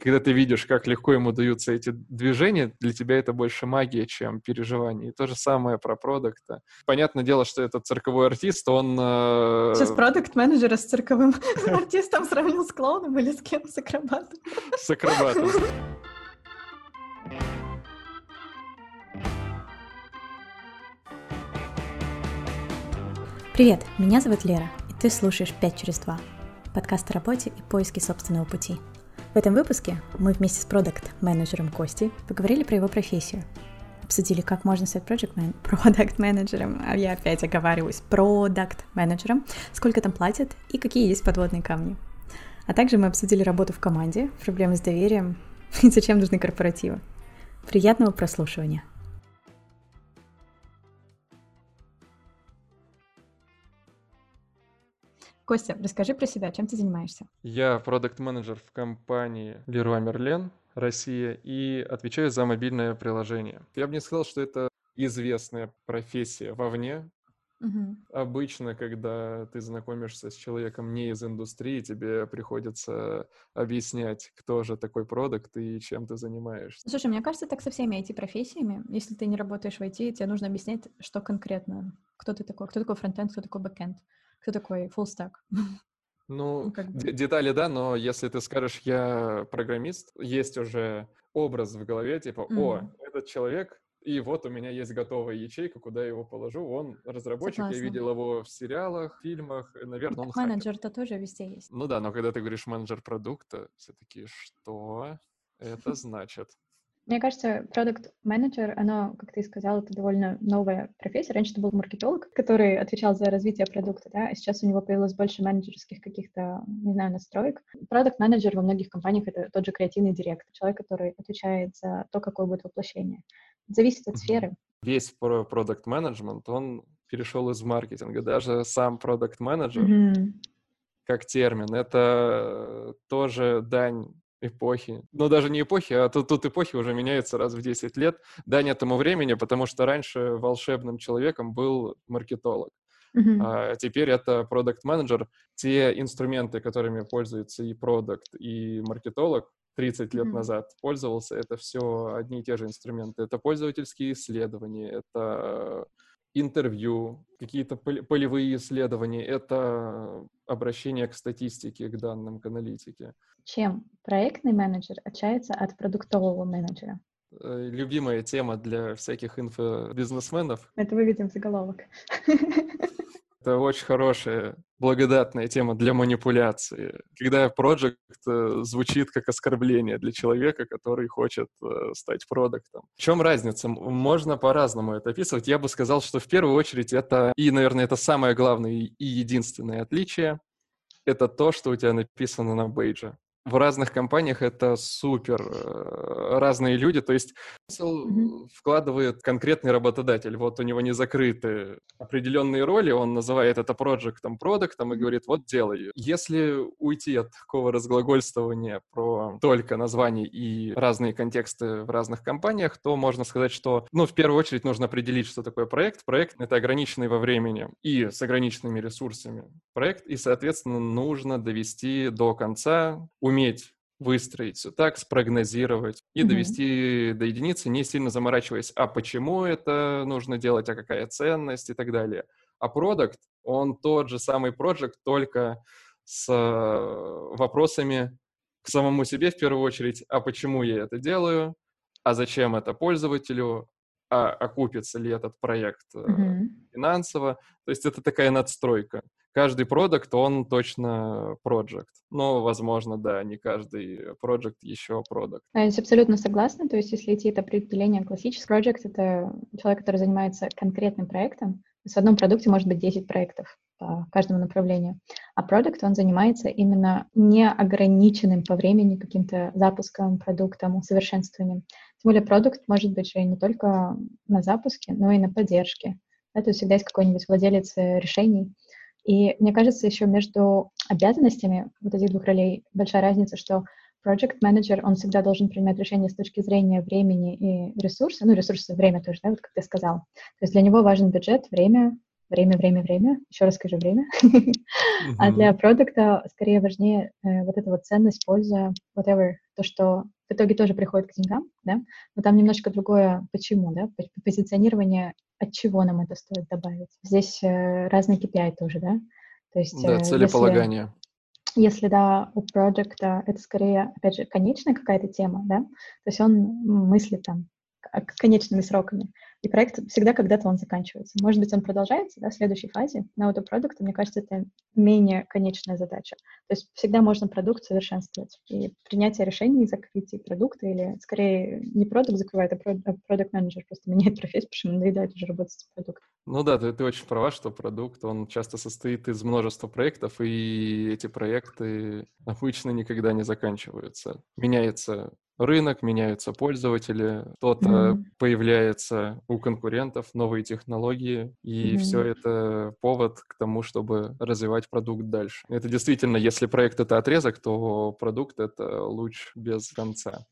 когда ты видишь, как легко ему даются эти движения, для тебя это больше магия, чем переживание. И то же самое про продукта. Понятное дело, что этот цирковой артист, он... Сейчас продакт-менеджера с цирковым артистом сравнил с клоуном или с кем? С акробатом? С акробатом. Привет, меня зовут Лера, и ты слушаешь «5 через 2» — подкаст о работе и поиске собственного пути. В этом выпуске мы вместе с продакт-менеджером Костей поговорили про его профессию, обсудили, как можно стать продакт-менеджером, а я опять оговариваюсь, продакт-менеджером, сколько там платят и какие есть подводные камни. А также мы обсудили работу в команде, проблемы с доверием и зачем нужны корпоративы. Приятного прослушивания! Костя, расскажи про себя, чем ты занимаешься? Я продакт-менеджер в компании Leroy Merlin, Россия, и отвечаю за мобильное приложение. Я бы не сказал, что это известная профессия вовне. Обычно, когда ты знакомишься с человеком не из индустрии, тебе приходится объяснять, кто же такой продакт и чем ты занимаешься. Слушай, мне кажется, так со всеми IT-профессиями. Если ты не работаешь в IT, тебе нужно объяснять, что конкретно, кто ты такой, кто такой фронтенд, кто такой бэкенд, кто такой фуллстак. Ну, детали, да, но если ты скажешь, я программист, есть уже образ в голове, типа, этот человек, и вот у меня есть готовая ячейка, куда я его положу, он разработчик, Согласна. Я видел его в сериалах, фильмах, наверное, он менеджер-то тоже везде есть. Ну да, но когда ты говоришь менеджер продукта, все такие, что это значит? Мне кажется, продакт-менеджер, оно, как ты и сказал, это довольно новая профессия. Раньше это был маркетолог, который отвечал за развитие продукта, да, а сейчас у него появилось больше менеджерских каких-то, не знаю, настроек. Продакт-менеджер во многих компаниях — это тот же креативный директор, человек, который отвечает за то, какое будет воплощение. Зависит от сферы. Весь продакт-менеджмент, он перешел из маркетинга. Даже сам продакт-менеджер, как термин, это тоже дань эпохи. Но даже не эпохи, а тут эпохи уже меняются раз в 10 лет. Дань этому времени, потому что раньше волшебным человеком был маркетолог. А теперь это продакт-менеджер. Те инструменты, которыми пользуется и продакт, и маркетолог 30 лет назад пользовался, это все одни и те же инструменты. Это пользовательские исследования, это интервью, какие-то полевые исследования, это обращение к статистике, к данным, к аналитике. Чем проектный менеджер отличается от продуктового менеджера? Любимая тема для всяких инфобизнесменов. Это выведем в заголовок. Это очень хорошая, благодатная тема для манипуляции. Когда проект звучит как оскорбление для человека, который хочет стать продуктом. В чем разница? Можно по-разному это описывать. Я бы сказал, что в первую очередь это, и, наверное, это самое главное и единственное отличие, это то, что у тебя написано на бейдже. В разных компаниях это супер разные люди, то есть смысл вкладывает конкретный работодатель. Вот у него не закрыты определенные роли, он называет это проектом, продуктом и говорит, вот делай. Если уйти от такого разглагольствования про только названия и разные контексты в разных компаниях, то можно сказать, что, в первую очередь нужно определить, что такое проект. Проект — это ограниченный во времени и с ограниченными ресурсами проект, и, соответственно, нужно довести до конца, уметь выстроить все так, спрогнозировать и довести до единицы, не сильно заморачиваясь, а почему это нужно делать, а какая ценность и так далее. А продакт, он тот же самый проект, только с вопросами к самому себе в первую очередь, а почему я это делаю, а зачем это пользователю, а окупится ли этот проект финансово. То есть это такая надстройка. Каждый продукт, он точно проект. Но, возможно, да, не каждый проект еще продукт. Я абсолютно согласна. То есть если идти от определения классического проект, это человек, который занимается конкретным проектом. В одном продукте может быть 10 проектов по каждому направлению. А продукт, он занимается именно неограниченным по времени каким-то запуском, продуктом, усовершенствованием. Тем более продукт может быть же не только на запуске, но и на поддержке. Это всегда есть какой-нибудь владелец решений. И мне кажется, еще между обязанностями вот этих двух ролей большая разница, что project manager, он всегда должен принимать решения с точки зрения времени и ресурса, ресурсы, время тоже, да, вот как ты сказал. То есть для него важен бюджет, время, еще раз скажу время. А для продукта скорее важнее вот эта вот ценность, польза, whatever, то, что в итоге тоже приходит к деньгам, да, но там немножко другое почему, да, позиционирование, от чего нам это стоит добавить. Здесь разные KPI тоже, да, то есть Да, целеполагание. если, да, у проекта это скорее, опять же, конечная какая-то тема, да, то есть он мыслит там конечными сроками, и проект всегда когда-то он заканчивается. Может быть, он продолжается, да, в следующей фазе, но вот у продукта, мне кажется, это менее конечная задача. То есть всегда можно продукт совершенствовать. И принятие решений, закрытие продукта, или скорее не продукт закрывает, а продукт-менеджер просто меняет профессию, потому что ему надоедает уже работать с продуктом. Ну да, ты очень права, что продукт, он часто состоит из множества проектов, и эти проекты обычно никогда не заканчиваются. Меняется рынок, меняются пользователи, кто-то появляется у конкурентов, новые технологии, и все это повод к тому, чтобы развивать продукт дальше. Это действительно, если проект — это отрезок, то продукт — это луч без конца.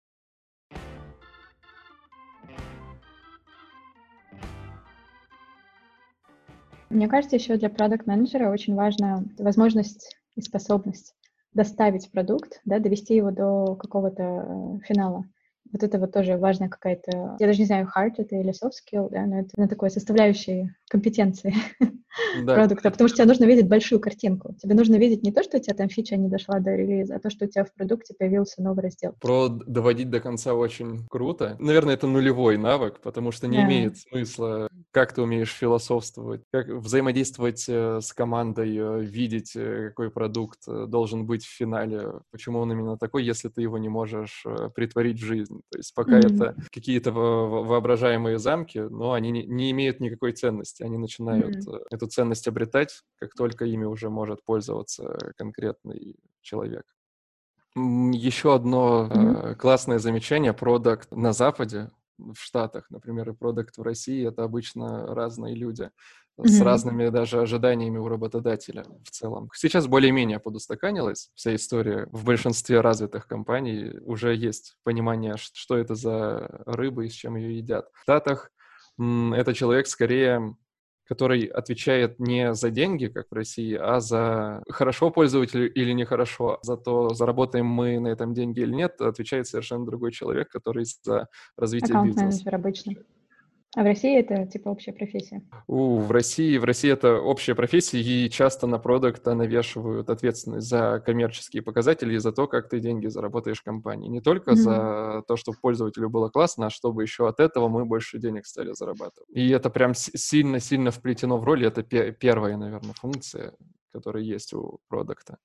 Мне кажется, еще для продакт-менеджера очень важна возможность и способность доставить продукт, да, довести его до какого-то финала. Вот это вот тоже важная какая-то, я даже не знаю, hard это или soft skill, да, но это такой составляющей компетенции продукта, потому что тебе нужно видеть большую картинку. Тебе нужно видеть не то, что у тебя там фича не дошла до релиза, а то, что у тебя в продукте появился новый раздел. Про доводить до конца очень круто. Наверное, это нулевой навык, потому что не имеет смысла, как ты умеешь философствовать, как взаимодействовать с командой, видеть, какой продукт должен быть в финале, почему он именно такой, если ты его не можешь притворить в жизнь. То есть пока это какие-то воображаемые замки, но они не имеют никакой ценности. Они начинают эту ценность обретать, как только ими уже может пользоваться конкретный человек. Еще одно классное замечание. Продакт на Западе, в Штатах, например, и продакт в России — это обычно разные люди с разными даже ожиданиями у работодателя в целом. Сейчас более-менее подустаканилась вся история. В большинстве развитых компаний уже есть понимание, что это за рыба и с чем ее едят. В Штатах это человек скорее, который отвечает не за деньги, как в России, а за хорошо пользователю или нехорошо. За то, заработаем мы на этом деньги или нет, отвечает совершенно другой человек, который за развитие бизнеса. Аккаунт-менеджер обычно. А в России это типа общая профессия? В России это общая профессия, и часто на продакта навешивают ответственность за коммерческие показатели и за то, как ты деньги заработаешь в компании. Не только за то, чтобы пользователю было классно, а чтобы еще от этого мы больше денег стали зарабатывать. И это прям сильно-сильно вплетено в роль, и это первая, наверное, функция, которая есть у продакта.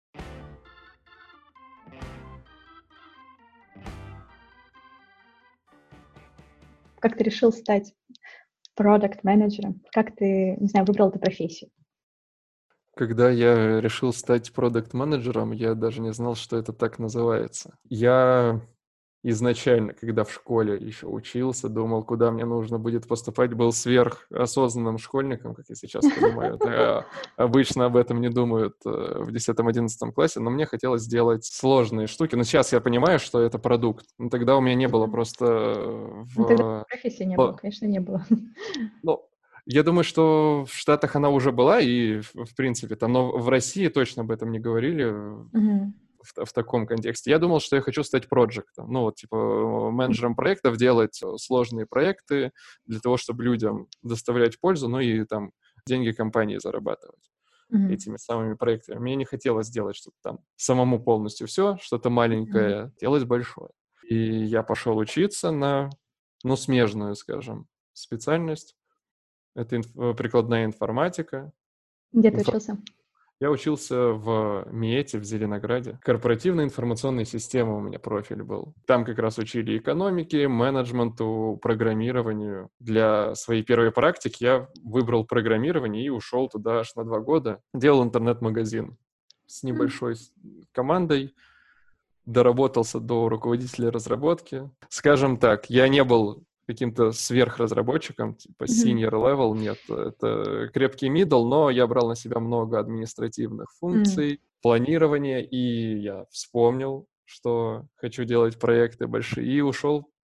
Как ты решил стать продакт-менеджером? Как ты, не знаю, выбрал эту профессию? Когда я решил стать продакт-менеджером, я даже не знал, что это так называется. Я изначально, когда в школе еще учился, думал, куда мне нужно будет поступать, был сверхосознанным школьником, как я сейчас понимаю. Обычно об этом не думают в 10-11 классе, но мне хотелось сделать сложные штуки. Но сейчас я понимаю, что это продукт. Но тогда у меня не было просто... Тогда профессии не было, конечно, не было. Ну, я думаю, что в Штатах она уже была, и, в принципе, там, но в России точно об этом не говорили в таком контексте. Я думал, что я хочу стать проектом, ну, вот, типа, менеджером проектов, делать сложные проекты для того, чтобы людям доставлять пользу, ну, и там деньги компании зарабатывать этими самыми проектами. Мне не хотелось делать что-то там самому полностью все, что-то маленькое, делать большое. И я пошел учиться на, ну, смежную, скажем, специальность. Это прикладная информатика. Где ты учился? Я учился в МИЭТе в Зеленограде. Корпоративная информационная система у меня профиль был. Там как раз учили экономике, менеджменту, программированию. Для своей первой практики я выбрал программирование и ушел туда аж на 2 года. Делал интернет-магазин с небольшой командой. Доработался до руководителя разработки. Скажем так, я не был каким-то сверхразработчиком, типа senior level, нет. Это крепкий middle, но я брал на себя много административных функций, планирования, и я вспомнил, что хочу делать проекты большие, и ушел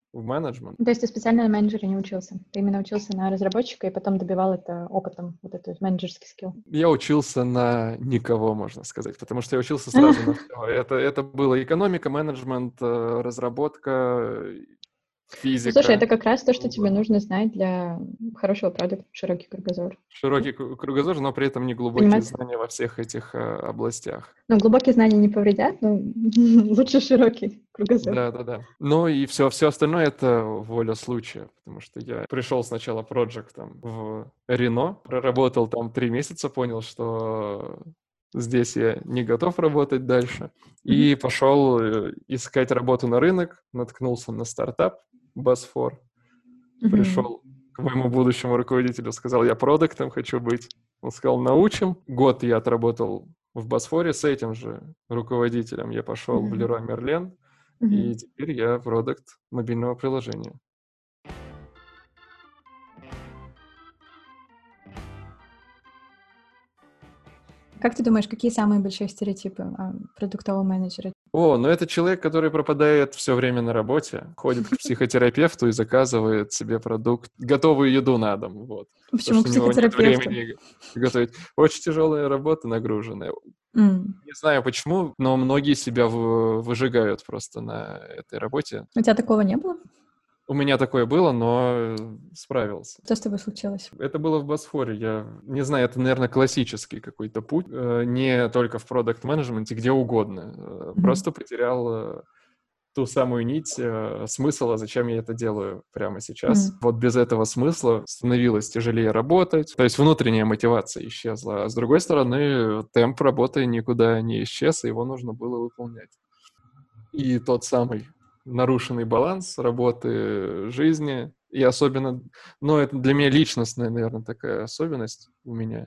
в менеджмент. То есть ты специально на менеджере не учился? Ты именно учился на разработчика и потом добивал это опытом, вот этот менеджерский скилл? Я учился на никого, можно сказать, потому что я учился сразу на все. Это было экономика, менеджмент, разработка, Ну, слушай, это физика. как раз то, что тебе нужно знать для хорошего продукта, широкий кругозор. Широкий кругозор, но при этом не глубокие Понимаете? знания во всех этих областях. Ну, глубокие знания не повредят, но лучше широкий кругозор. Да. Ну и все остальное — это воля случая, потому что я пришел сначала проектом в Рено, проработал там 3 месяца, понял, что здесь я не готов работать дальше, и пошел искать работу на рынок, наткнулся на стартап Босфор, пришел к моему будущему руководителю, сказал, я продуктом хочу быть. Он сказал, научим. Год я отработал в Босфоре с этим же руководителем. Я пошел в Leroy Merlin, и теперь я продукт мобильного приложения. Как ты думаешь, какие самые большие стереотипы о продуктовом менеджере? Ну это человек, который пропадает все время на работе, ходит к психотерапевту и заказывает себе продукт, готовую еду на дом. Вот. Почему к Потому что у него нет психотерапевту? времени готовить. Очень тяжелая работа, нагруженная. Не знаю почему, но многие себя выжигают просто на этой работе. У тебя такого не было? У меня такое было, но справился. Что с тобой случилось? Это было в Босфоре. Я не знаю, это, наверное, классический какой-то путь. Не только в продакт-менеджменте, где угодно. Просто потерял ту самую нить смысла, зачем я это делаю прямо сейчас. Вот без этого смысла становилось тяжелее работать. То есть внутренняя мотивация исчезла. А с другой стороны, темп работы никуда не исчез, и его нужно было выполнять. И тот самый нарушенный баланс работы, жизни, и особенно, это для меня личностная, наверное, такая особенность у меня.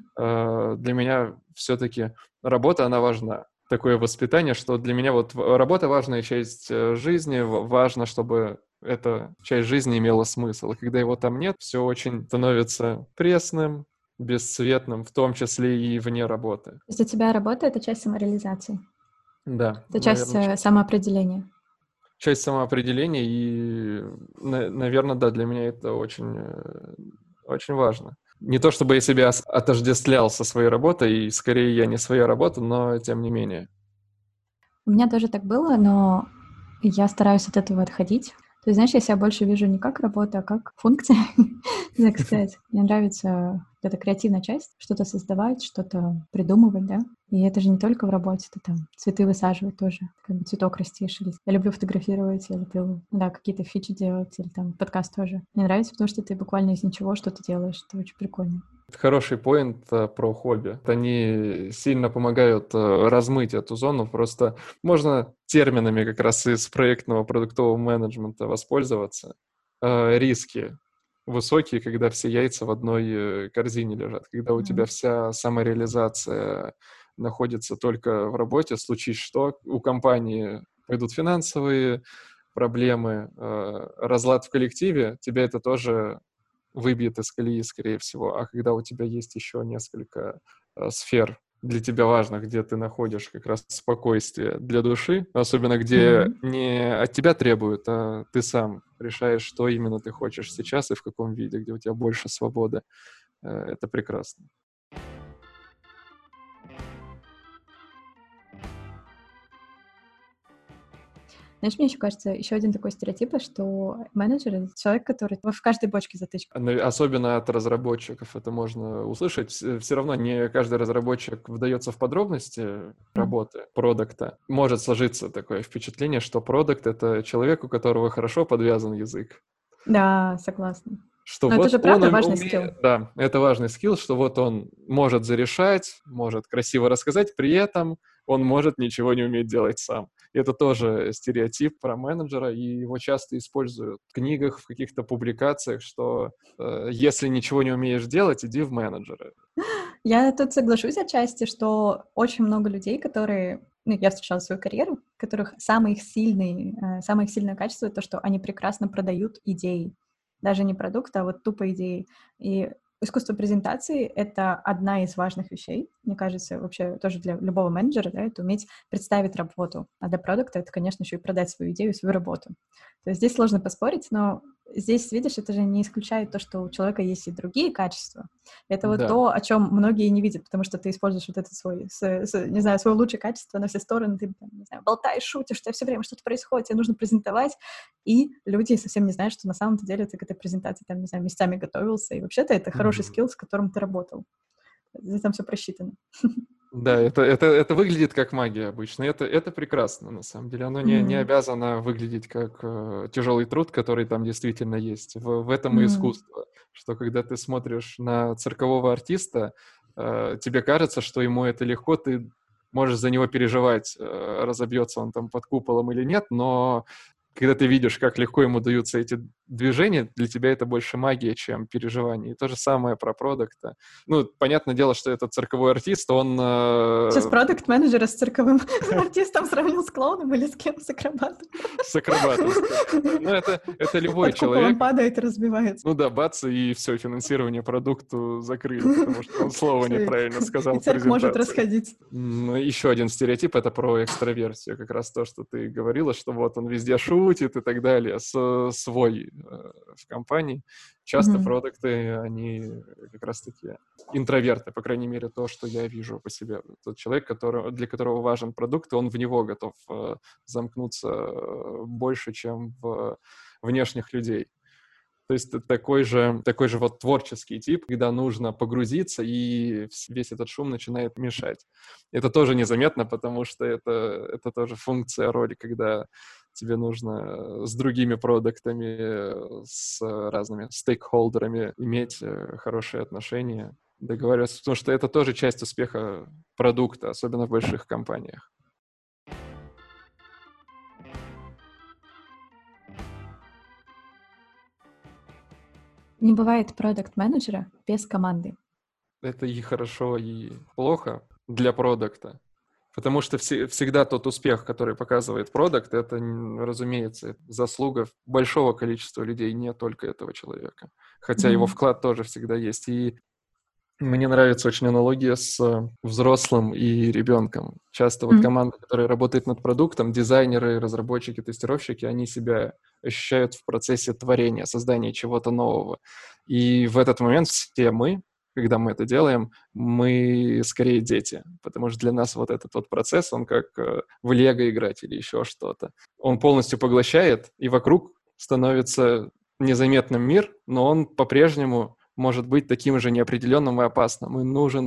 Для меня все-таки работа, она важна. Такое воспитание, что для меня вот работа — важная часть жизни, важно, чтобы эта часть жизни имела смысл. И когда его там нет, все очень становится пресным, бесцветным, в том числе и вне работы. То есть для тебя работа — это часть самореализации? Да. Это часть самоопределения? Часть самоопределения, и, наверное, да, для меня это очень, очень важно. Не то чтобы я себя отождествлял со своей работой, и скорее я не своя работа, но тем не менее. У меня тоже так было, но я стараюсь от этого отходить. То есть, знаешь, я себя больше вижу не как работа, а как функция, так сказать. Мне нравится эта креативная часть, что-то создавать, что-то придумывать, да. И это же не только в работе, ты там цветы высаживать тоже, как бы цветок растишь. Или я люблю фотографировать, я люблю, какие-то фичи делать, или там подкаст тоже. Мне нравится, потому что ты буквально из ничего что-то делаешь, это очень прикольно. Хороший поинт про хобби. Они сильно помогают размыть эту зону. Просто можно терминами как раз из проектного продуктового менеджмента воспользоваться. Риски высокие, когда все яйца в одной корзине лежат. Когда у тебя вся самореализация находится только в работе, случись что, у компании пойдут финансовые проблемы, разлад в коллективе, тебя это тоже выбьет из колеи, скорее всего. А когда у тебя есть еще несколько сфер для тебя важных, где ты находишь как раз спокойствие для души, особенно где не от тебя требуют, а ты сам решаешь, что именно ты хочешь сейчас и в каком виде, где у тебя больше свободы, это прекрасно. Знаешь, мне еще кажется, еще один такой стереотип, что менеджер — это человек, который в каждой бочке затычка. Особенно от разработчиков это можно услышать. Все равно не каждый разработчик вдается в подробности работы продукта. Может сложиться такое впечатление, что продукт — это человек, у которого хорошо подвязан язык. Да, согласна. Что но вот это же правда важный скилл. Да, это важный скилл, что вот он может зарешать, может красиво рассказать, при этом он может ничего не уметь делать сам. И это тоже стереотип про менеджера, и его часто используют в книгах, в каких-то публикациях, что если ничего не умеешь делать, иди в менеджеры. Я тут соглашусь отчасти, что очень много людей, которые... я встречала свою карьеру, у которых самое их сильное качество — то, что они прекрасно продают идеи. Даже не продукт, а вот тупо идеи. И Искусство презентации — это одна из важных вещей, мне кажется, вообще тоже для любого менеджера, да, это уметь представить работу. А для продукта это, конечно, еще и продать свою идею, свою работу. То есть здесь сложно поспорить, но здесь, видишь, это же не исключает то, что у человека есть и другие качества. Это вот Да. то, о чем многие не видят, потому что ты используешь вот это свой, не знаю, свое лучшее качество на все стороны, ты, не знаю, болтаешь, шутишь, у тебя все время что-то происходит, тебе нужно презентовать, и люди совсем не знают, что на самом деле ты к этой презентации, там, не знаю, месяцами готовился, и вообще-то это хороший скилл, с которым ты работал. Здесь там все просчитано. Да, это выглядит как магия обычно. Это прекрасно, на самом деле. Оно не обязано выглядеть как тяжелый труд, который там действительно есть. В этом и искусство, что когда ты смотришь на циркового артиста, тебе кажется, что ему это легко, ты можешь за него переживать, разобьется он там под куполом или нет, но когда ты видишь, как легко ему даются эти движения, для тебя это больше магия, чем переживание. И то же самое про продукта. Ну, понятное дело, что этот цирковой артист, он... Сейчас продакт-менеджера с цирковым артистом сравнил с клоуном или с кем? С акробатом? С акробатом. Ну, это любой человек. Под человек. куполом падает и разбивается. Ну да, бац, и все, финансирование продукту закрыли, потому что он слово неправильно сказал в презентации. И цирк может расходиться. Еще один стереотип — это про экстраверсию. Как раз то, что ты говорила, что вот он везде шутит и так далее, свой в компании. Часто продукты, они как раз-таки интроверты, по крайней мере, то, что я вижу по себе. Тот человек, для которого важен продукт, и он в него готов замкнуться больше, чем в внешних людей. То есть это такой же вот творческий тип, когда нужно погрузиться, и весь этот шум начинает мешать. Это тоже незаметно, потому что это тоже функция роли, когда тебе нужно с другими продуктами, с разными стейкхолдерами иметь хорошие отношения, договариваться, потому что это тоже часть успеха продукта, особенно в больших компаниях. Не бывает продакт-менеджера без команды. Это и хорошо, и плохо для продукта. Потому что всегда тот успех, который показывает продукт, это, разумеется, заслуга большого количества людей, не только этого человека. Хотя его вклад тоже всегда есть. И мне нравится очень аналогия с взрослым и ребенком. Часто вот команда, которая работает над продуктом, дизайнеры, разработчики, тестировщики, они себя ощущают в процессе творения, создания чего-то нового. И в этот момент все мы, когда мы это делаем, мы скорее дети, потому что для нас вот этот вот процесс, он как в лего играть или еще что-то. Он полностью поглощает, и вокруг становится незаметным мир, но он по-прежнему может быть таким же неопределенным и опасным. И нужен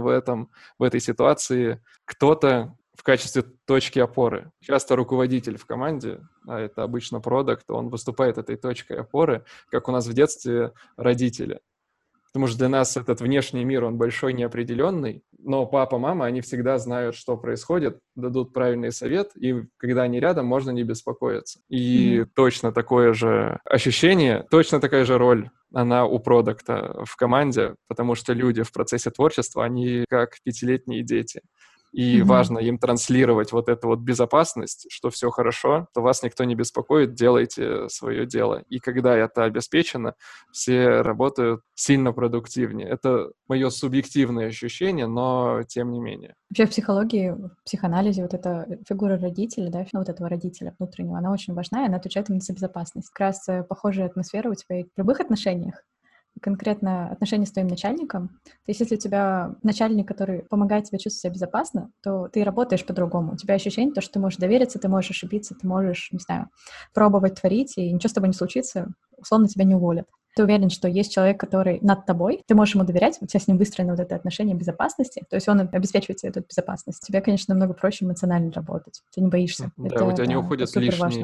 в этой ситуации кто-то в качестве точки опоры. Часто руководитель в команде, а это обычно продакт, он выступает этой точкой опоры, как у нас в детстве родители. Потому что для нас этот внешний мир, он большой, неопределенный, но папа, мама, они всегда знают, что происходит, дадут правильный совет, и когда они рядом, можно не беспокоиться. И точно такое же ощущение, точно такая же роль, она у продакта в команде, потому что люди в процессе творчества, они как 5-летние дети. И важно им транслировать вот эту вот безопасность, что все хорошо, то вас никто не беспокоит, делайте свое дело. И когда это обеспечено, все работают сильно продуктивнее. Это мое субъективное ощущение, но тем не менее. Вообще в психологии, в психоанализе вот эта фигура родителя, да, вот этого родителя внутреннего, она очень важна, и она отвечает именно за безопасность. Как раз похожая атмосфера у тебя и в любых отношениях. Конкретно отношения с твоим начальником. То есть если у тебя начальник, который помогает тебе чувствовать себя безопасно, то ты работаешь по-другому. У тебя ощущение, что ты можешь довериться, ты можешь ошибиться, ты можешь, не знаю, пробовать творить, и ничего с тобой не случится, условно тебя не уволят. Ты уверен, что есть человек, который над тобой, ты можешь ему доверять, у тебя с ним выстроено вот это отношение безопасности, то есть он обеспечивает тебе эту безопасность. Тебе, конечно, намного проще эмоционально работать, ты не боишься. Да, у тебя не уходят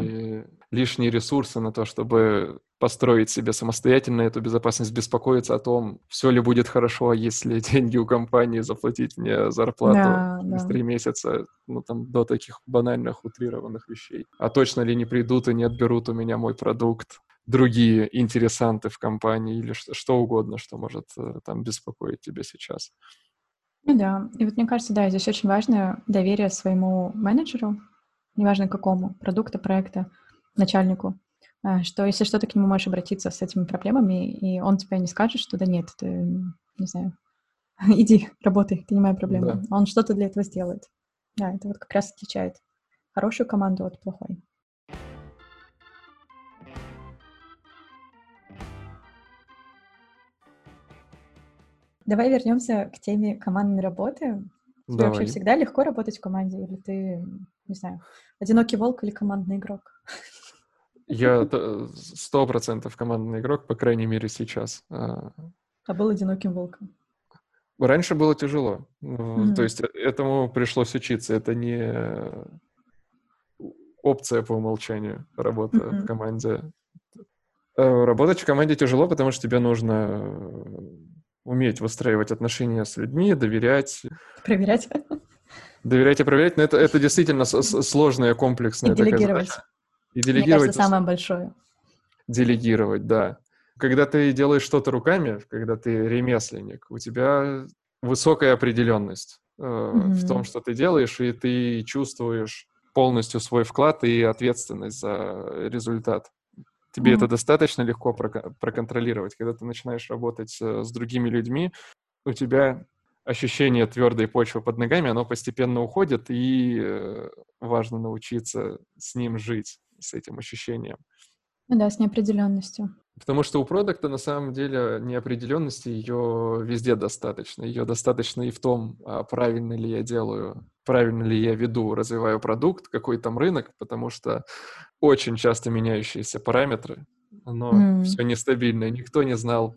лишние ресурсы на то, чтобы построить себе самостоятельно эту безопасность, беспокоиться о том, все ли будет хорошо, если деньги у компании, заплатить мне зарплату через 3 месяца, до таких банальных, утрированных вещей. А точно ли не придут и не отберут у меня мой продукт? Другие интересанты в компании или что угодно, что может там беспокоить тебя сейчас. Ну да, и вот мне кажется, да, здесь очень важно доверие своему менеджеру, неважно какому, продукта, проекта, начальнику, что если что, ты к нему можешь обратиться с этими проблемами, и он тебе не скажет, что да нет, не знаю, иди, работай, это не моя проблема. Да. Он что-то для этого сделает. Да, это вот как раз отличает хорошую команду от плохой. Давай вернемся к теме командной работы. Тебе вообще Давай. всегда легко работать в команде? Или ты, не знаю, одинокий волк или командный игрок? Я 100% командный игрок, по крайней мере, сейчас. А был одиноким волком? Раньше было тяжело. Мгм. То есть этому пришлось учиться. Это не опция по умолчанию, работа в Мгм. команде. Работать в команде тяжело, потому что тебе нужно уметь выстраивать отношения с людьми, доверять. Проверять Доверять и проверять, но это действительно сложная, и комплексная такая делегировать. задача. И Мне кажется, делегировать, самое большое. делегировать, да. Когда ты делаешь что-то руками, когда ты ремесленник, у тебя высокая определенность в том, Мгм. что ты делаешь, и ты чувствуешь полностью свой вклад и ответственность за результат. Тебе это Мгм. достаточно легко проконтролировать. Когда ты начинаешь работать с другими людьми, у тебя ощущение твердой почвы под ногами, оно постепенно уходит, и важно научиться с ним жить, с этим ощущением. Ну да, с неопределенностью. Потому что у продакта на самом деле неопределенности ее везде достаточно. Ее достаточно и в том, правильно ли я делаю, правильно ли я веду, развиваю продукт, какой там рынок, потому что очень часто меняющиеся параметры, но все нестабильно. Никто не знал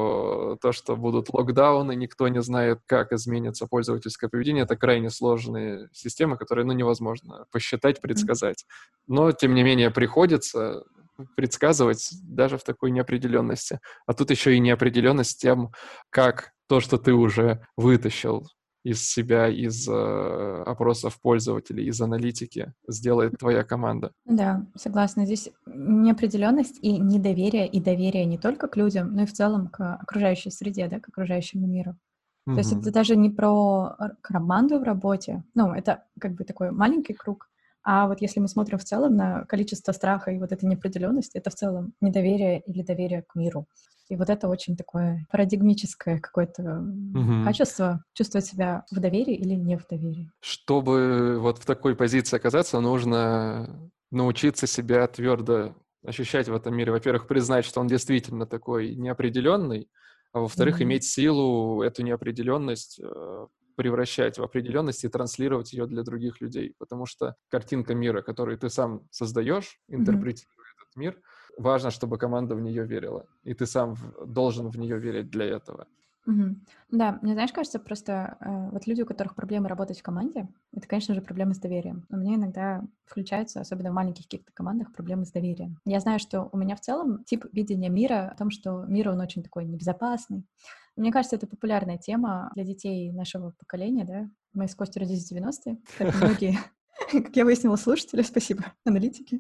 про то, что будут локдауны, никто не знает, как изменится пользовательское поведение. Это крайне сложные системы, которые невозможно посчитать, предсказать. Но, тем не менее, приходится предсказывать даже в такой неопределенности. А тут еще и неопределенность с тем, как то, что ты уже вытащил из себя, из опросов пользователей, из аналитики, сделает твоя команда. Да, согласна. Здесь неопределенность и недоверие, и доверие не только к людям, но и в целом к окружающей среде, да, к окружающему миру. То есть это даже не про команду в работе, ну, это как бы такой маленький круг, а вот если мы смотрим в целом на количество страха и вот этой неопределенности, это в целом недоверие или доверие к миру. И вот это очень такое парадигмическое какое-то качество, чувствовать себя в доверии или не в доверии. Чтобы вот в такой позиции оказаться, нужно научиться себя твердо ощущать в этом мире. Во-первых, признать, что он действительно такой неопределенный, а во-вторых, иметь силу эту неопределенность превращать в определенность и транслировать ее для других людей. Потому что картинка мира, которую ты сам создаешь, интерпретируя этот мир, важно, чтобы команда в нее верила. И ты сам должен в нее верить для этого. Да, мне, знаешь, кажется, просто вот люди, у которых проблемы работать в команде, это, конечно же, проблемы с доверием. У меня иногда включаются, особенно в маленьких каких-то командах, проблемы с доверием. Я знаю, что у меня в целом тип видения мира о том, что мир, он очень такой небезопасный. Мне кажется, это популярная тема для детей нашего поколения, да. Мы с Костей родились в 90-е, как и многие, как я выяснила, слушатели, спасибо, аналитики.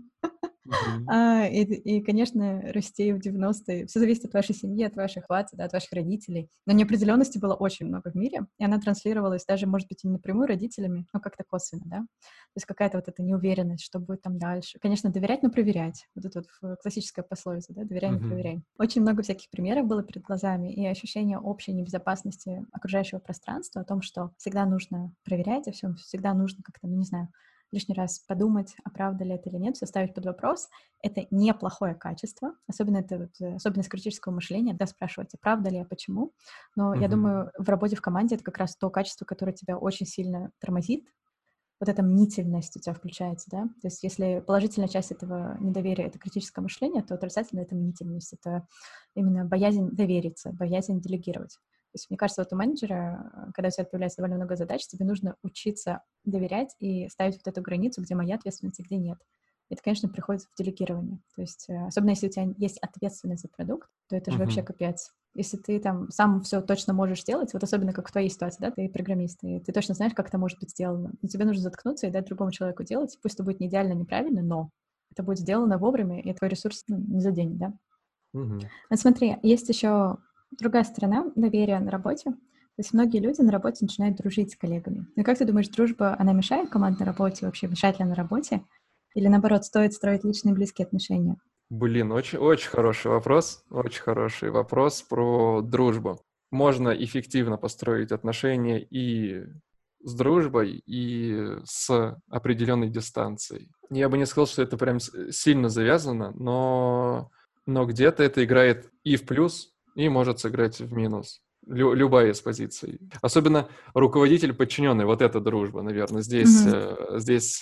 И, конечно, расти в 90-е. Все зависит от вашей семьи, от вашей хватки, да, от ваших родителей. Но неопределенности было очень много в мире, и она транслировалась даже, может быть, и не напрямую родителями, но как-то косвенно, да. То есть какая-то вот эта неуверенность, что будет там дальше. Конечно, доверять, но проверять. Вот это вот классическая пословица, да, доверяй, но проверяй. Очень много всяких примеров было перед глазами, и ощущение общей небезопасности окружающего пространства, о том, что всегда нужно проверять, о всем всегда нужно как-то, ну, не знаю, лишний раз подумать, а правда ли это или нет, все ставить под вопрос. Это неплохое качество, особенно это вот, особенность критического мышления, да, спрашивать, а правда ли, а почему. Но я думаю, в работе в команде это как раз то качество, которое тебя очень сильно тормозит, вот эта мнительность у тебя включается, да. То есть если положительная часть этого недоверия — это критическое мышление, то отрицательная — это мнительность, это именно боязнь довериться, боязнь делегировать. То есть мне кажется, вот у менеджера, когда у тебя появляется довольно много задач, тебе нужно учиться доверять и ставить вот эту границу, где моя ответственность, а где нет. Это, конечно, приходит в делегирование. То есть, особенно если у тебя есть ответственность за продукт, то это же вообще капец. Если ты там сам все точно можешь сделать, вот особенно как в твоей ситуации, да, ты программист, и ты точно знаешь, как это может быть сделано. И тебе нужно заткнуться и дать другому человеку делать. Пусть это будет не идеально, неправильно, но это будет сделано вовремя, и твой ресурс не заденет, да. Вот смотри, есть еще другая сторона доверия на работе. То есть многие люди на работе начинают дружить с коллегами. Ну как ты думаешь, дружба, она мешает командной работе вообще? Мешает ли она работе? Или наоборот, стоит строить личные близкие отношения? Блин, очень, очень хороший вопрос. Очень хороший вопрос про дружбу. можно эффективно построить отношения и с дружбой, и с определенной дистанцией. Я бы не сказал, что это прям сильно завязано, но где-то это играет и в плюс, и может сыграть в минус. Любая из позиций. Особенно руководитель-подчиненный, вот эта дружба, наверное. Здесь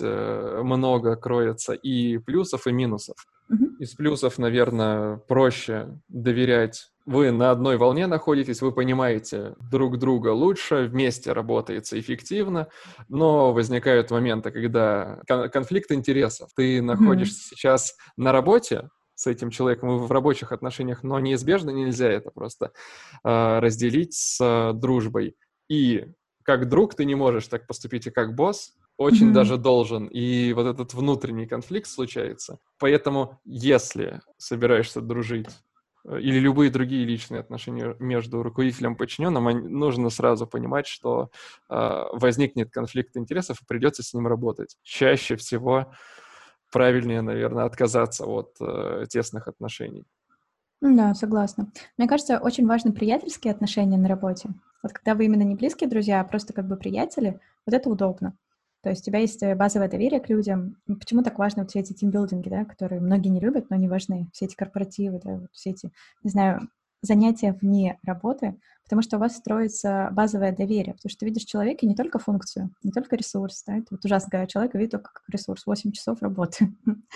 много кроется и плюсов, и минусов. Из плюсов, наверное, проще доверять. Вы на одной волне находитесь, вы понимаете друг друга лучше, вместе работаете эффективно, но возникают моменты, когда конфликт интересов. Ты находишься сейчас на работе с этим человеком, вы в рабочих отношениях, но неизбежно нельзя это просто разделить с дружбой. И как друг ты не можешь так поступить, и как босс очень даже должен. И вот этот внутренний конфликт случается. Поэтому, если собираешься дружить, или любые другие личные отношения между руководителем и подчиненным, нужно сразу понимать, что возникнет конфликт интересов, и придется с ним работать. Чаще всего правильнее, наверное, отказаться от тесных отношений. Да, согласна. Мне кажется, очень важны приятельские отношения на работе. Вот когда вы именно не близкие друзья, а просто как бы приятели, вот это удобно. То есть у тебя есть базовое доверие к людям. И почему так важны вот все эти тимбилдинги, да, которые многие не любят, но они важны. Все эти корпоративы, да, вот все эти, не знаю, занятия вне работы, потому что у вас строится базовое доверие, потому что ты видишь человека не только функцию, не только ресурс, да, это вот ужасно, когда человека видит только как ресурс, 8 часов работы.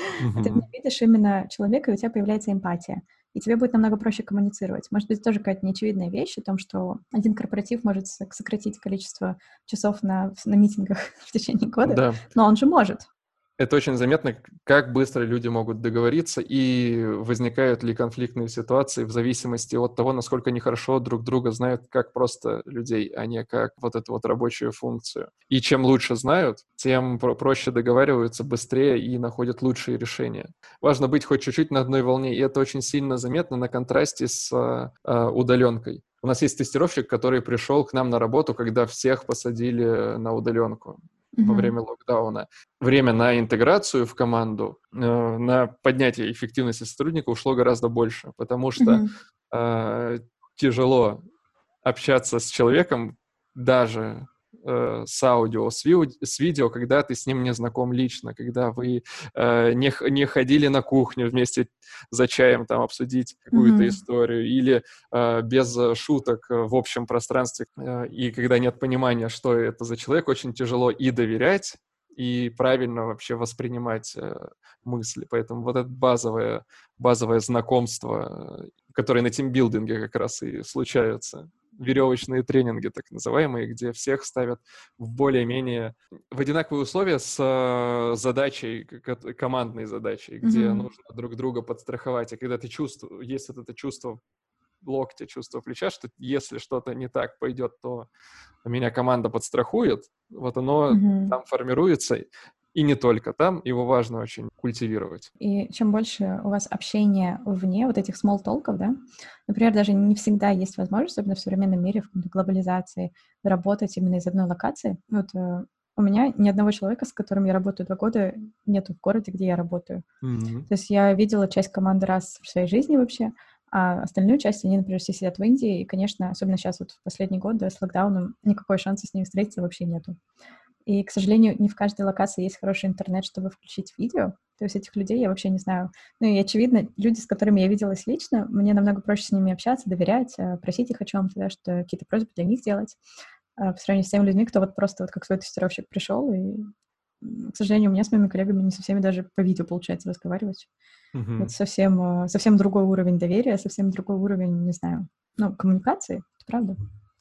А ты видишь именно человека, и у тебя появляется эмпатия. И тебе будет намного проще коммуницировать. Может быть, тоже какая-то неочевидная вещь о том, что один корпоратив может сократить количество часов на митингах в течение года, Да. но он же может. Это очень заметно, как быстро люди могут договориться и возникают ли конфликтные ситуации в зависимости от того, насколько они хорошо друг друга знают как просто людей, а не как вот эту вот рабочую функцию. И чем лучше знают, тем проще договариваются, быстрее и находят лучшие решения. Важно быть хоть чуть-чуть на одной волне, и это очень сильно заметно на контрасте с удаленкой. У нас есть тестировщик, который пришел к нам на работу, когда всех посадили на удаленку во время локдауна. Время на интеграцию в команду, на поднятие эффективности сотрудника ушло гораздо больше, потому что тяжело общаться с человеком даже с аудио, с видео, когда ты с ним не знаком лично, когда вы не ходили на кухню вместе за чаем там обсудить какую-то историю, или без шуток в общем пространстве, и когда нет понимания, что это за человек, очень тяжело и доверять, и правильно вообще воспринимать мысли. Поэтому вот это базовое знакомство, которое на тимбилдинге как раз и случаются, веревочные тренинги, так называемые, где всех ставят в более-менее в одинаковые условия с задачей, командной задачей, где нужно друг друга подстраховать. И когда ты есть вот это чувство локтя, чувство плеча, что если что-то не так пойдет, то меня команда подстрахует, вот оно там формируется. И не только там, его важно очень культивировать. И чем больше у вас общения вне, вот этих смолл-толков, да, например, даже не всегда есть возможность, особенно в современном мире, в глобализации, работать именно из одной локации. Вот у меня ни одного человека, с которым я работаю 2 года, нету в городе, где я работаю. То есть я видела часть команды раз в своей жизни вообще, а остальную часть, они, например, все сидят в Индии, и, конечно, особенно сейчас вот в последний год, да, с локдауном, никакой шанса с ними встретиться вообще нету. И, к сожалению, не в каждой локации есть хороший интернет, чтобы включить видео. То есть этих людей я вообще не знаю. Ну и, очевидно, люди, с которыми я виделась лично, мне намного проще с ними общаться, доверять, просить их о чем-то, да, что какие-то просьбы для них делать, по сравнению с теми людьми, кто вот просто вот как свой тестировщик пришел. И, к сожалению, у меня с моими коллегами не со всеми даже по видео получается разговаривать. Это совсем другой уровень доверия, совсем другой уровень, не знаю, коммуникации, это правда.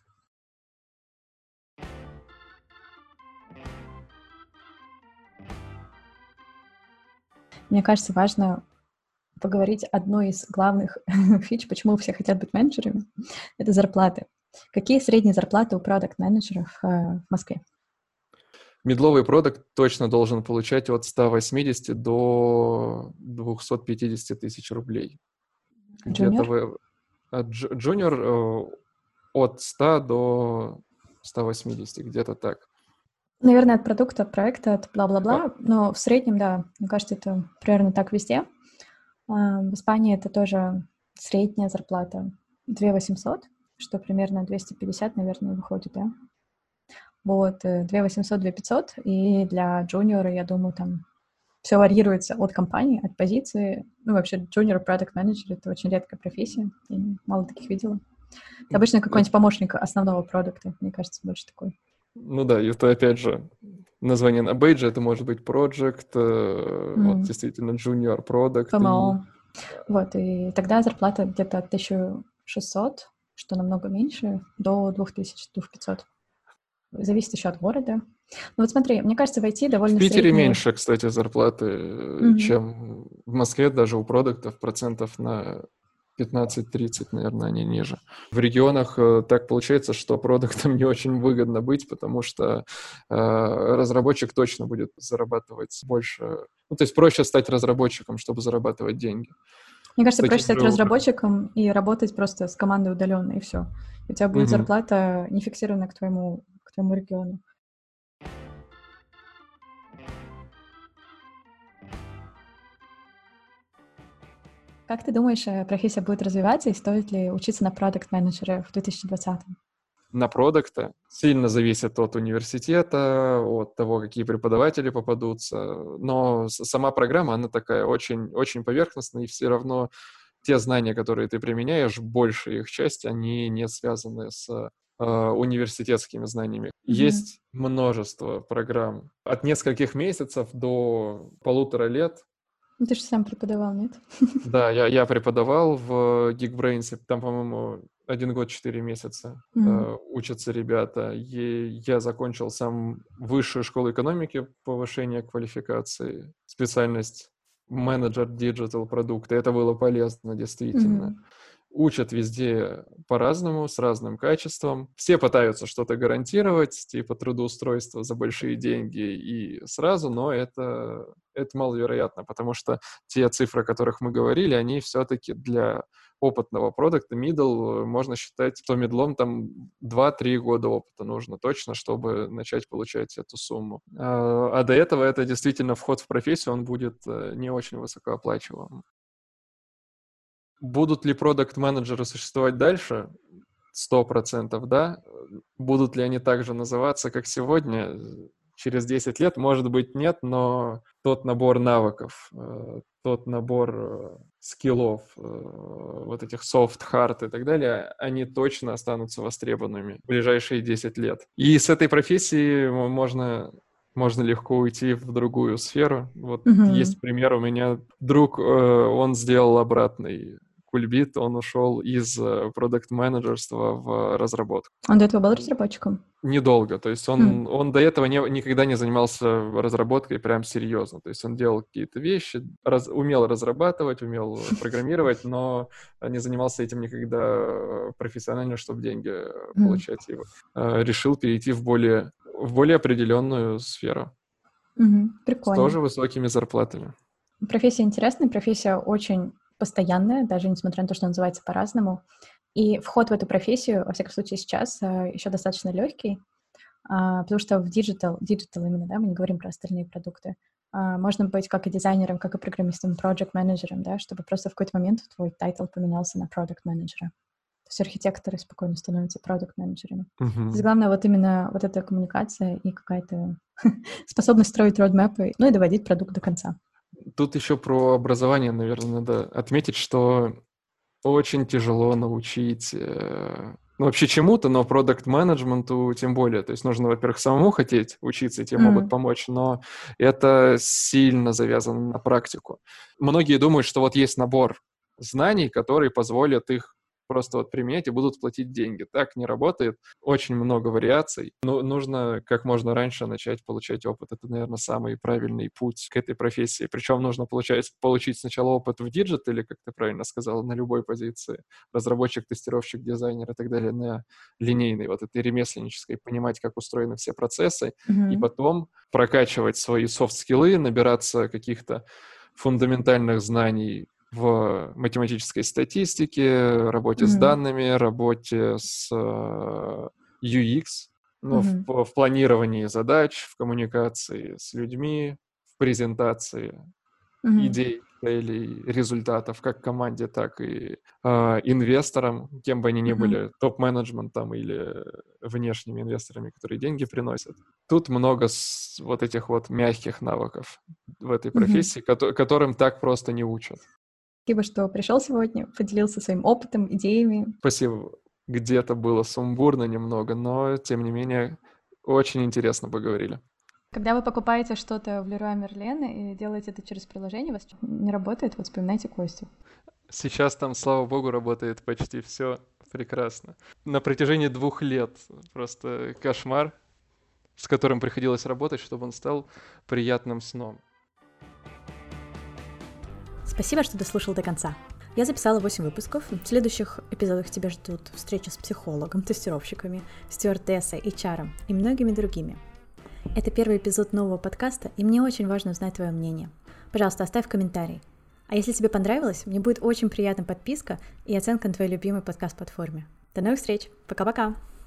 Мне кажется, важно поговорить одной из главных фич, почему все хотят быть менеджерами, это зарплаты. Какие средние зарплаты у продакт-менеджеров в Москве? Мидловый продакт точно должен получать от 180 до 250 тысяч рублей. Джуниор? Джуниор от 100 до 180, где-то так. Наверное, от продукта, от проекта, от бла-бла-бла, но в среднем, да, мне кажется, это примерно так везде. В Испании это тоже средняя зарплата 2 800. что примерно 250, наверное, выходит, да? Вот, 2800, 2500, и для джуниора, я думаю, там все варьируется от компании, от позиции. Ну, вообще, junior product manager — это очень редкая профессия, я мало таких видела. Это обычно какой-нибудь помощник основного продукта, мне кажется, больше такой. Ну да, и это опять же название на бейджи, это может быть project, вот действительно junior product. ПМО. Вот, и тогда зарплата где-то от 1600, что намного меньше, до 2000, 2500. Зависит еще от города. Ну вот смотри, мне кажется, в IT довольно В Питере средние... меньше, кстати, зарплаты, чем в Москве, даже у продуктов процентов на 15-30, наверное, они ниже. В регионах так получается, что продуктам не очень выгодно быть, потому что разработчик точно будет зарабатывать больше. Ну, то есть проще стать разработчиком, чтобы зарабатывать деньги. Мне кажется, проще стать разработчиком и работать просто с командой удаленно, и все. У тебя будет зарплата не фиксированная к твоему региону. Как ты думаешь, профессия будет развиваться и стоит ли учиться на продакт-менеджера в 2020-м? На продукта сильно зависит от университета, от того, какие преподаватели попадутся. Но сама программа, она такая очень, очень поверхностная, и все равно те знания, которые ты применяешь, большая их часть, они не связаны с университетскими знаниями. Есть множество программ от нескольких месяцев до 1,5 лет. Ну, ты же сам преподавал, нет? Да, я преподавал в Geekbrains, там, по-моему, 1 год 4 месяца учатся ребята. Я закончил сам высшую школу экономики, повышение квалификации, специальность менеджер диджитал продукта. Это было полезно, действительно. Учат везде по-разному, с разным качеством. Все пытаются что-то гарантировать, типа трудоустройство за большие деньги и сразу, но это маловероятно, потому что те цифры, о которых мы говорили, они все-таки для опытного продукта, middle, можно считать, что мидлом там 2-3 года опыта нужно точно, чтобы начать получать эту сумму. А до этого это действительно вход в профессию, он будет не очень высокооплачиваемым. Будут ли продакт-менеджеры существовать дальше? 100%, да. Будут ли они так же называться, как сегодня? Через 10 лет, может быть, нет, но тот набор навыков, тот набор скиллов, вот этих soft, hard и так далее, они точно останутся востребованными в ближайшие 10 лет. И с этой профессии можно легко уйти в другую сферу. Вот есть пример, у меня друг, он сделал обратный кульбит, он ушел из продакт-менеджерства в разработку. Он до этого был разработчиком? Недолго, то есть он до этого никогда не занимался разработкой прям серьезно, то есть он делал какие-то вещи, умел разрабатывать, умел программировать, но не занимался этим никогда профессионально, чтобы деньги получать. И решил перейти в более определенную сферу. Прикольно. С тоже высокими зарплатами. Профессия интересная, профессия очень постоянная, даже несмотря на то, что она называется по-разному. И вход в эту профессию, во всяком случае сейчас, еще достаточно легкий, потому что в диджитал именно, да, мы не говорим про остальные продукты, можно быть как и дизайнером, как и программистом, проект-менеджером, да, чтобы просто в какой-то момент твой тайтл поменялся на продакт-менеджера. То есть архитекторы спокойно становятся продакт-менеджерами. То есть главное вот именно вот эта коммуникация и какая-то способность строить родмэпы, ну и доводить продукт до конца. Тут еще про образование, наверное, надо отметить, что очень тяжело научить, вообще чему-то, но продакт-менеджменту тем более. То есть нужно, во-первых, самому хотеть учиться, и тебе могут помочь, но это сильно завязано на практику. Многие думают, что вот есть набор знаний, которые позволят их просто вот применять и будут платить деньги. Так не работает. Очень много вариаций. Но нужно как можно раньше начать получать опыт. Это, наверное, самый правильный путь к этой профессии. Причем нужно получить сначала опыт в диджитале, как ты правильно сказал, на любой позиции. Разработчик, тестировщик, дизайнер и так далее, на линейной, вот этой ремесленнической, понимать, как устроены все процессы, и потом прокачивать свои софт-скиллы, набираться каких-то фундаментальных знаний в математической статистике, работе с данными, работе с UX, в планировании задач, в коммуникации с людьми, в презентации идей. целей, результатов как команде, так и инвесторам, кем бы они ни были, топ-менеджментом или внешними инвесторами, которые деньги приносят. Тут много вот этих вот мягких навыков в этой профессии, которым так просто не учат. Спасибо, что пришел сегодня, поделился своим опытом, идеями. Спасибо. Где-то было сумбурно немного, но, тем не менее, очень интересно поговорили. Когда вы покупаете что-то в Leroy Merlin и делаете это через приложение, у вас не работает, вот вспоминайте Костю. Сейчас там, слава богу, работает почти все прекрасно. На протяжении 2 лет просто кошмар, с которым приходилось работать, чтобы он стал приятным сном. Спасибо, что дослушал до конца. Я записала 8 выпусков. В следующих эпизодах тебя ждут встречи с психологом, тестировщиками, стюардессой, HR и многими другими. Это первый эпизод нового подкаста, и мне очень важно узнать твое мнение. Пожалуйста, оставь комментарий. А если тебе понравилось, мне будет очень приятна подписка и оценка на твоей любимой подкаст-платформе. До новых встреч! Пока-пока!